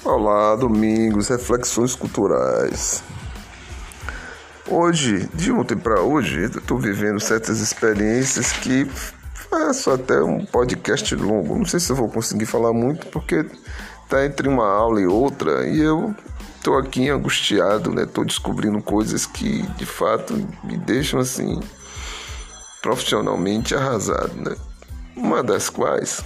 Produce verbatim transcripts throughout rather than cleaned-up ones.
Olá, Domingos, reflexões culturais. Hoje, de ontem para hoje, eu estou vivendo certas experiências que faço até um podcast longo. Não sei se eu vou conseguir falar muito, porque está entre uma aula e outra, e eu estou aqui angustiado, né? Estou descobrindo coisas que, de fato, me deixam, assim, profissionalmente arrasado, né? Uma das quais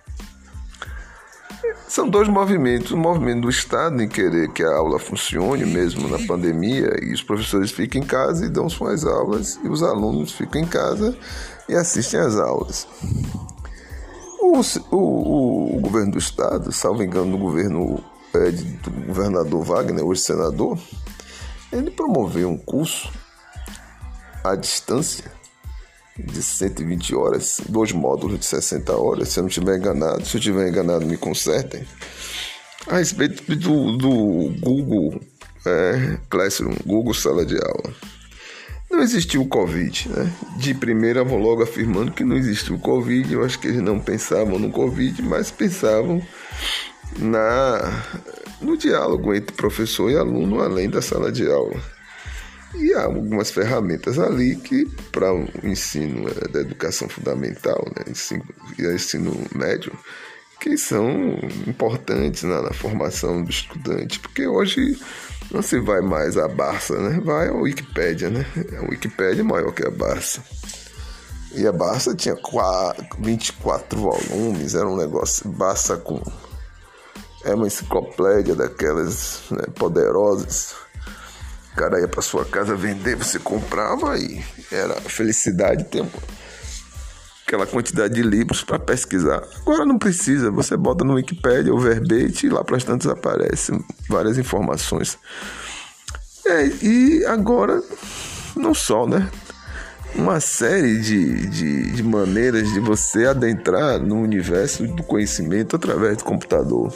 são dois movimentos. O movimento do Estado em querer que a aula funcione mesmo na pandemia e os professores fiquem em casa e dão suas aulas e os alunos ficam em casa e assistem às aulas. O, o, o governo do Estado, salvo engano, o governo é, do governador Wagner, hoje senador, ele promoveu um curso à distância de cento e vinte horas, dois módulos de sessenta horas, se eu não estiver enganado. Se eu estiver enganado, me consertem. A respeito do, do Google é, Classroom, Google Sala de Aula. Não existiu o Covid, né? De primeira, vou logo afirmando que não existiu o Covid. Eu acho que eles não pensavam no Covid, mas pensavam na, no diálogo entre professor e aluno, além da sala de aula. E há algumas ferramentas ali que, para o ensino é, da educação fundamental, né, ensino, ensino médio, que são importantes na, na formação do estudante, porque hoje não se vai mais à Barça, né? Vai à Wikipédia, né? A Wikipédia é maior que a Barça. E a Barça tinha vinte e quatro volumes, era um negócio, Barça com... é uma enciclopédia daquelas, né, poderosas. O cara ia para sua casa vender, você comprava e era felicidade ter aquela quantidade de livros para pesquisar. Agora não precisa, você bota no Wikipédia o verbete e lá para as tantas aparecem várias informações. É, e agora, não só, né? Uma série de, de, de maneiras de você adentrar no universo do conhecimento através do computador.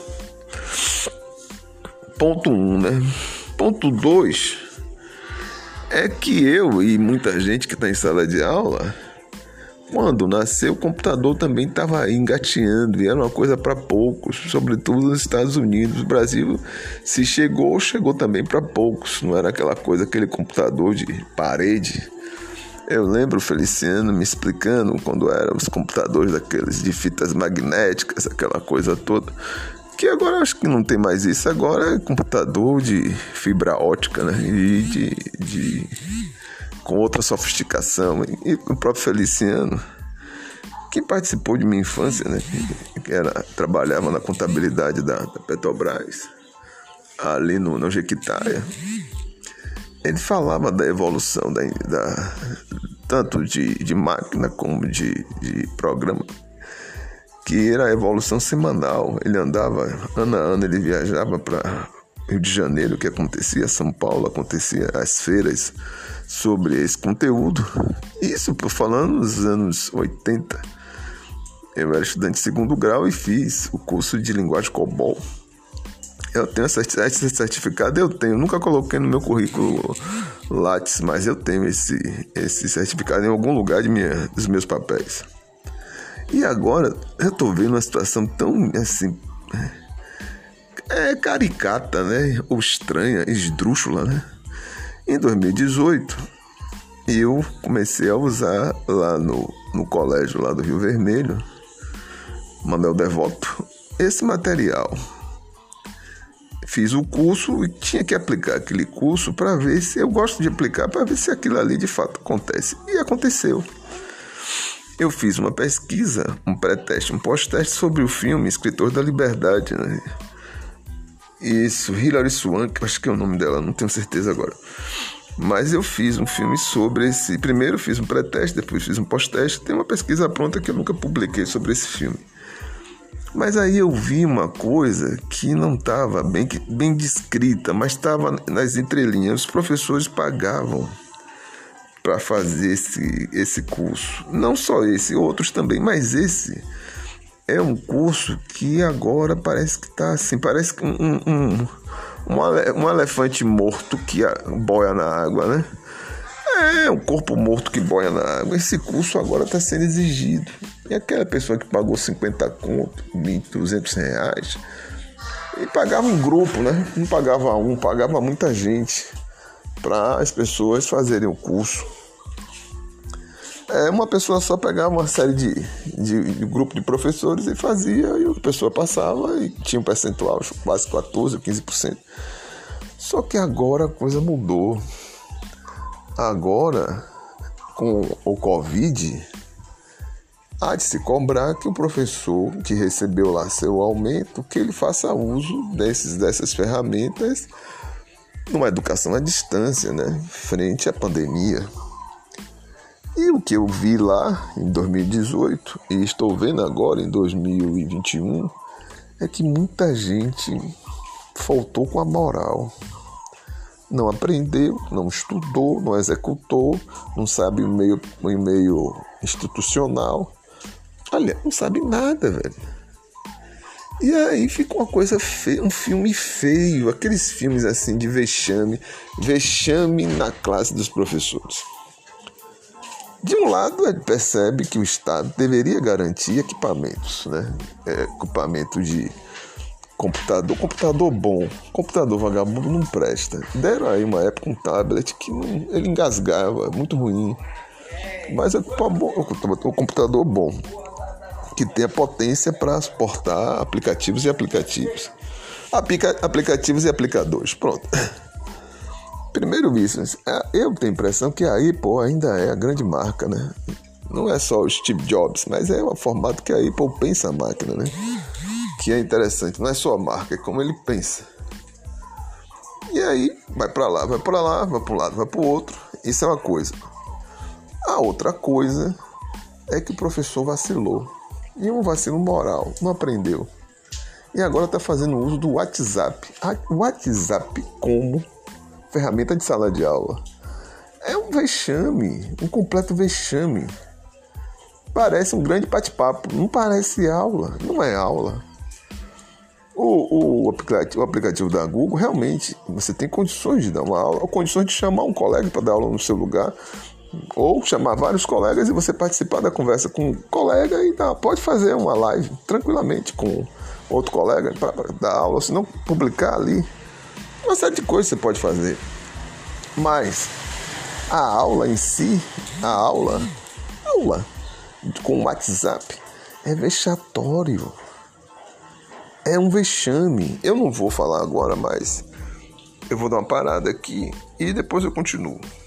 Ponto um, né? Ponto dois é que eu e muita gente que está em sala de aula, quando nasceu o computador também estava engatinhando e era uma coisa para poucos, sobretudo nos Estados Unidos. O Brasil, se chegou, chegou também para poucos, não era aquela coisa, aquele computador de parede. Eu lembro o Feliciano me explicando quando eram os computadores daqueles de fitas magnéticas, aquela coisa toda. Que agora acho que não tem mais isso, agora é computador de fibra ótica, né? E de, de, com outra sofisticação. E o próprio Feliciano, que participou de minha infância, né? Que era, trabalhava na contabilidade da, da Petrobras, ali no, no Jequitaia. Ele falava da evolução da, da, tanto de, de máquina como de, de programa, que era a evolução semanal. Ele andava, ano a ano, ele viajava para Rio de Janeiro, que acontecia, São Paulo, acontecia as feiras sobre esse conteúdo. Isso, por falando nos anos oitenta, eu era estudante de segundo grau e fiz o curso de linguagem COBOL. Eu tenho esse certificado, eu tenho, nunca coloquei no meu currículo Lattes, mas eu tenho esse, esse certificado em algum lugar de minha, dos meus papéis. E agora eu tô vendo uma situação tão, assim, é caricata, né? Ou estranha, esdrúxula, né? Em dois mil e dezoito, eu comecei a usar lá no, no colégio lá do Rio Vermelho, Manuel Devoto, esse material. Fiz o curso e tinha que aplicar aquele curso para ver se... Eu gosto de aplicar para ver se aquilo ali de fato acontece. E aconteceu. Eu fiz uma pesquisa, um pré-teste, um pós-teste sobre o filme Escritor da Liberdade, né? Isso, Hilary Swank, acho que é o nome dela, não tenho certeza agora. Mas eu fiz um filme sobre esse... Primeiro fiz um pré-teste, depois fiz um pós-teste. Tem uma pesquisa pronta que eu nunca publiquei sobre esse filme. Mas aí eu vi uma coisa que não estava bem, bem descrita, mas estava nas entrelinhas. Os professores pagavam para fazer esse, esse curso. Não só esse, outros também, mas esse é um curso que agora parece que está assim, parece que um, um, um, um, um elefante morto que boia na água, né? É, um corpo morto que boia na água. Esse curso agora está sendo exigido. E aquela pessoa que pagou cinquenta conto, mil e duzentos reais, E pagava um grupo, né? Não pagava um, pagava muita gente para as pessoas fazerem o curso. É, uma pessoa só pegava uma série de, de, de grupo de professores e fazia, e a pessoa passava e tinha um percentual, quase quatorze, quinze por cento. Só que agora a coisa mudou. Agora, com o Covid, há de se cobrar que o professor que recebeu lá seu aumento, que ele faça uso desses, dessas ferramentas numa educação à distância, né? Frente à pandemia. E o que eu vi lá em dois mil e dezoito e estou vendo agora em dois mil e vinte e um é que muita gente faltou com a moral. Não aprendeu, não estudou, não executou, não sabe o meio, o meio institucional. Olha, não sabe nada, velho. E aí fica uma coisa feia, um filme feio, aqueles filmes assim de vexame, vexame na classe dos professores. De um lado, ele percebe que o Estado deveria garantir equipamentos, né? É, equipamento de computador, computador bom, computador vagabundo não presta. Deram aí uma época um tablet que não, ele engasgava, muito ruim. Mas é o computador bom, que tem a potência para suportar aplicativos e aplicativos. Aplica, aplicativos e aplicadores, pronto. Primeiro isso, eu tenho a impressão que a Apple ainda é a grande marca, né? Não é só o Steve Jobs, mas é o formato que a Apple pensa a máquina, né? Que é interessante, não é só a marca, é como ele pensa. E aí, vai pra lá, vai pra lá, vai pra um lado, vai pro outro. Isso é uma coisa. A outra coisa é que o professor vacilou. E um vacilo moral, não aprendeu. E agora está fazendo uso do WhatsApp. O WhatsApp como ferramenta de sala de aula. É um vexame, um completo vexame. Parece um grande bate-papo, não parece aula, não é aula. O, o, aplicativo, o aplicativo da Google, realmente, você tem condições de dar uma aula, ou condições de chamar um colega para dar aula no seu lugar, ou chamar vários colegas e você participar da conversa com um colega e dá, pode fazer uma live tranquilamente com outro colega para dar aula, se não publicar ali. Uma série de coisas você pode fazer. Mas a aula em si, a aula, aula com o WhatsApp é vexatório. É um vexame. Eu não vou falar agora, mas eu vou dar uma parada aqui e depois eu continuo.